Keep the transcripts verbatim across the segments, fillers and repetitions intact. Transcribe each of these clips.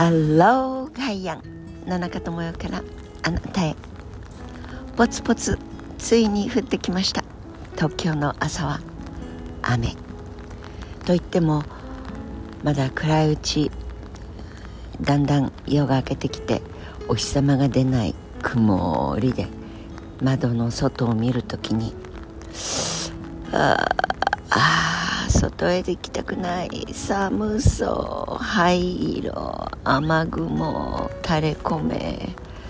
ハローガイアン、野中智代からあなたへ。ポツポツついに降ってきました。東京の朝は雨といってもまだ暗いうち、だんだん夜が明けてきてお日様が出ない曇りで、窓の外を見るときにああ外へ出きたくない、寒そう、灰色、雨雲垂れ込め、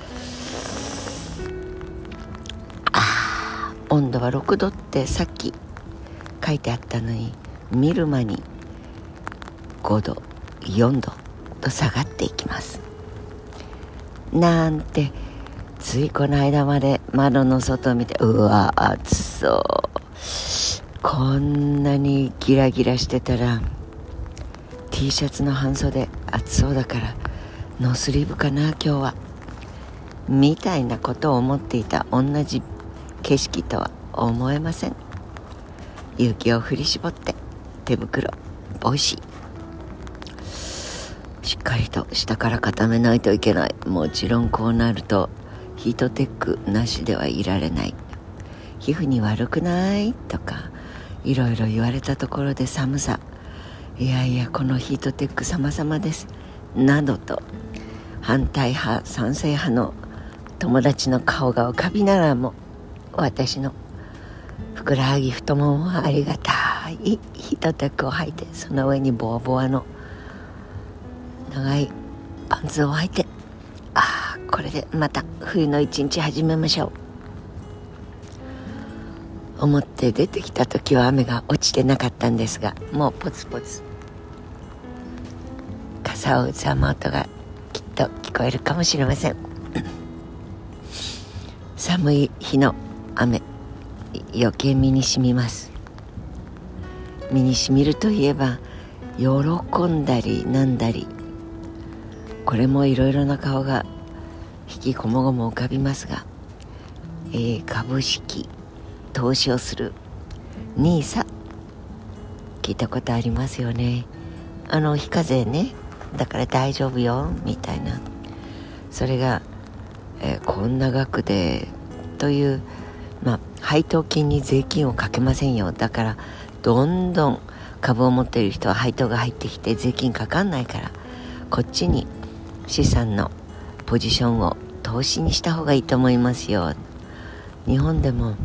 あ温度はろくどってさっき書いてあったのに、見る間にごどよんどと下がっていきますなんて、ついこの間まで窓の外を見て、うわ暑そう、こんなにギラギラしてたら T シャツの半袖、暑そうだからノースリーブかな今日は、みたいなことを思っていた同じ景色とは思えません。勇気を振り絞って手袋、帽子しっかりと下から固めないといけない。もちろんこうなるとヒートテックなしではいられない。皮膚に悪くないとかいろいろ言われたところで、寒さ、いやいやこのヒートテック様々ですなどと反対派賛成派の友達の顔が浮かびながらも、私のふくらはぎ太ももはありがたいヒートテックを履いて、その上にボワボワの長いパンツを履いて、ああこれでまた冬の一日始めましょう思って出てきた時は雨が落ちてなかったんですが、もうポツポツ傘を打つ雨音がきっと聞こえるかもしれません寒い日の雨、余計身に染みます。身に染みるといえば、喜んだりなんだり、これもいろいろな顔が引きこもごも浮かびますが、えー、株式投資をする ニーサ 聞いたことありますよね。あの非課税ね、だから大丈夫よみたいな、それが、えー、こんな額でという、まあ配当金に税金をかけませんよ、だからどんどん株を持っている人は配当が入ってきて税金かかんないから、こっちに資産のポジションを投資にした方がいいと思いますよ。日本でも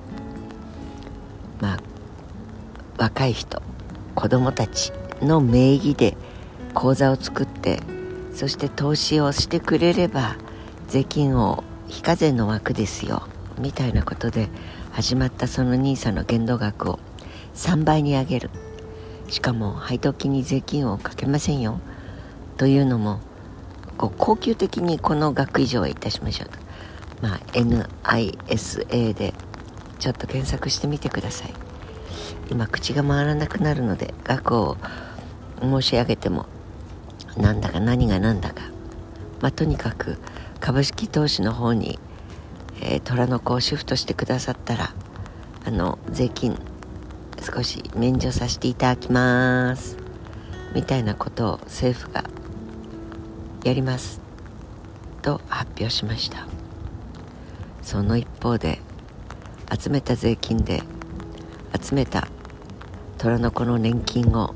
まあ若い人、子供たちの名義で口座を作って、そして投資をしてくれれば税金を非課税の枠ですよみたいなことで始まったその ニーサ の限度額をさんばいに上げる、しかも配当金に税金をかけませんよというのも、こう恒久的にこの額以上はいたしましょうと、まあ エヌアイエスエー でちょっと検索してみてください。今口が回らなくなるので額を申し上げてもなんだか何が何だか、まあとにかく株式投資の方に、えー、虎の子をシフトしてくださったら、あの税金少し免除させていただきますみたいなことを政府がやりますと発表しました。その一方で、集めた税金で集めた虎の子の年金を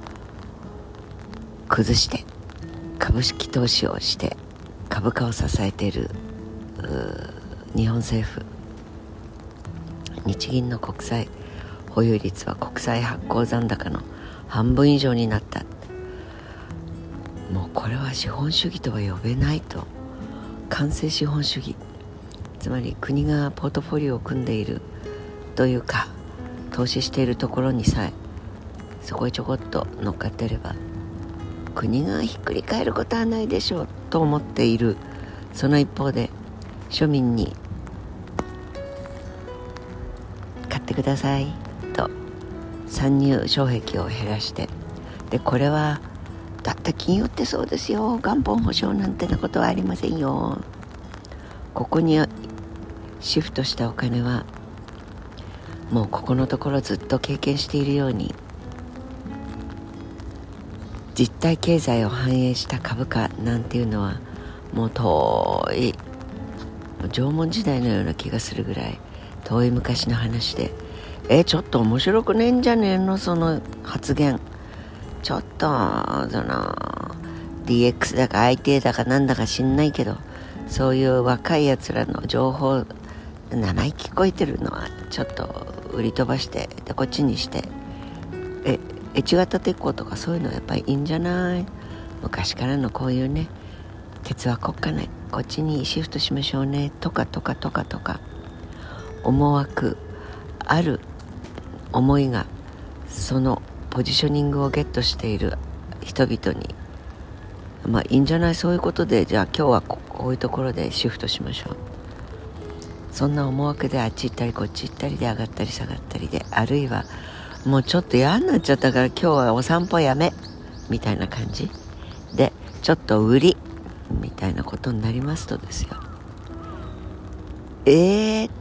崩して株式投資をして株価を支えている日本政府、日銀の国債保有率は国債発行残高の半分以上になった。もうこれは資本主義とは呼べないと、完成資本主義、つまり国がポートフォリオを組んでいるというか投資しているところにさえそこへちょこっと乗っかってれば国がひっくり返ることはないでしょうと思っている、その一方で庶民に買ってくださいと参入障壁を減らして、でこれはだって金融ってそうですよ、元本保証なんてなことはありませんよ、ここにシフトしたお金はもうここのところずっと経験しているように、 実体経済を反映した株価なんていうのはもう遠い、もう縄文時代のような気がするぐらい遠い昔の話で、えちょっと面白くねえんじゃねえのその発言、ちょっとその ディーエックス だか アイティー だかなんだか知んないけど、そういう若いやつらの情報生意気こえてるのはちょっと売り飛ばしてでこっちにして、え越型鉄鋼とかそういうのやっぱりいいんじゃない、昔からのこういうね、鉄は国家内こっちにシフトしましょうねとかとかとかとか思惑ある思いがそのポジショニングをゲットしている人々に、まあいいんじゃない、そういうことでじゃあ今日はこういうところでシフトしましょう、そんな思惑であっち行ったりこっち行ったりで上がったり下がったりで、あるいはもうちょっと嫌になっちゃったから今日はお散歩やめみたいな感じでちょっと売りみたいなことになりますとですよ、えー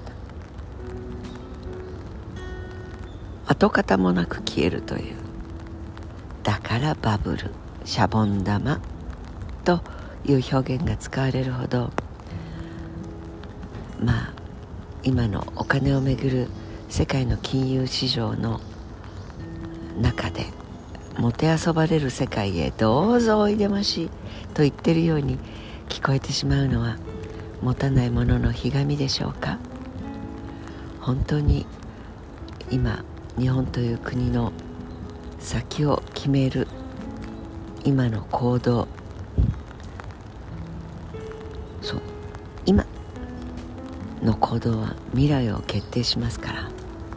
跡形もなく消えるという、だからバブル、シャボン玉という表現が使われるほど、まあ今のお金をめぐる世界の金融市場の中でもてあそばれる世界へどうぞおいでましと言ってるように聞こえてしまうのは持たないもののひがみでしょうか。本当に今日本という国の先を決める今の行動、そう今の行動は未来を決定しますから、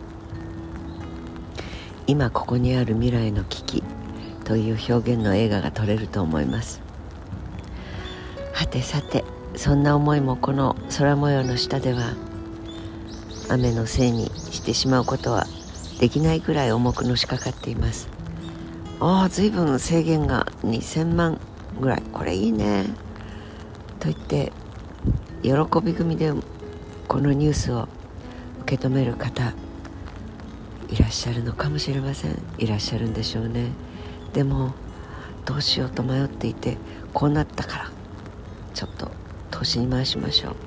今ここにある未来の危機という表現の映画が撮れると思います。はてさて、そんな思いもこの空模様の下では雨のせいにしてしまうことはできないぐらい重くのしかかっています。ああ、ずいぶん制限がにせんまんぐらい、これいいねと言って喜び組でこのニュースを受け止める方いらっしゃるのかもしれません。いらっしゃるんでしょうね。でもどうしようと迷っていて、こうなったからちょっと投資に回しましょう。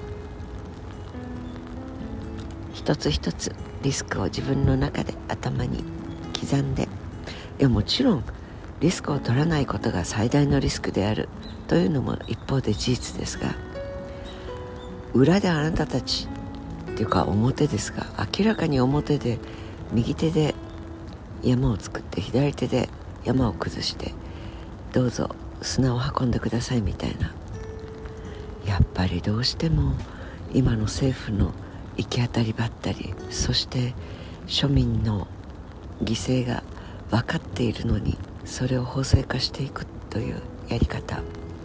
一つ一つリスクを自分の中で頭に刻んで、いやもちろんリスクを取らないことが最大のリスクであるというのも一方で事実ですが、裏であなたたちっていうか表ですが、明らかに表で右手で山を作って左手で山を崩してどうぞ砂を運んでくださいみたいな、やっぱりどうしても今の政府の行き当たりばったり、そして庶民の犠牲が分かっているのにそれを法制化していくというやり方、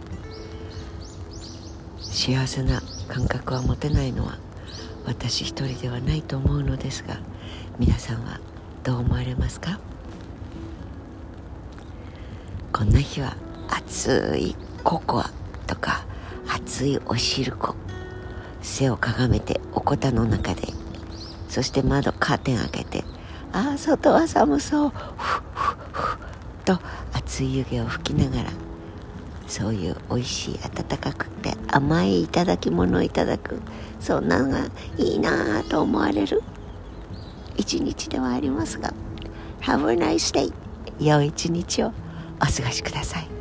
幸せな感覚は持てないのは私一人ではないと思うのですが、皆さんはどう思われますか？こんな日は熱いココアとか熱いお汁粉、背をかがめておこたの中で、そして窓カーテン開けて、ああ外は寒そう、ふっふっふっと熱い湯気を吹きながら、そういう美味しい温かくて甘いいただき物をいただく、そんなのがいいなと思われる一日ではありますが、 Have a nice day、 良い一日をお過ごしください。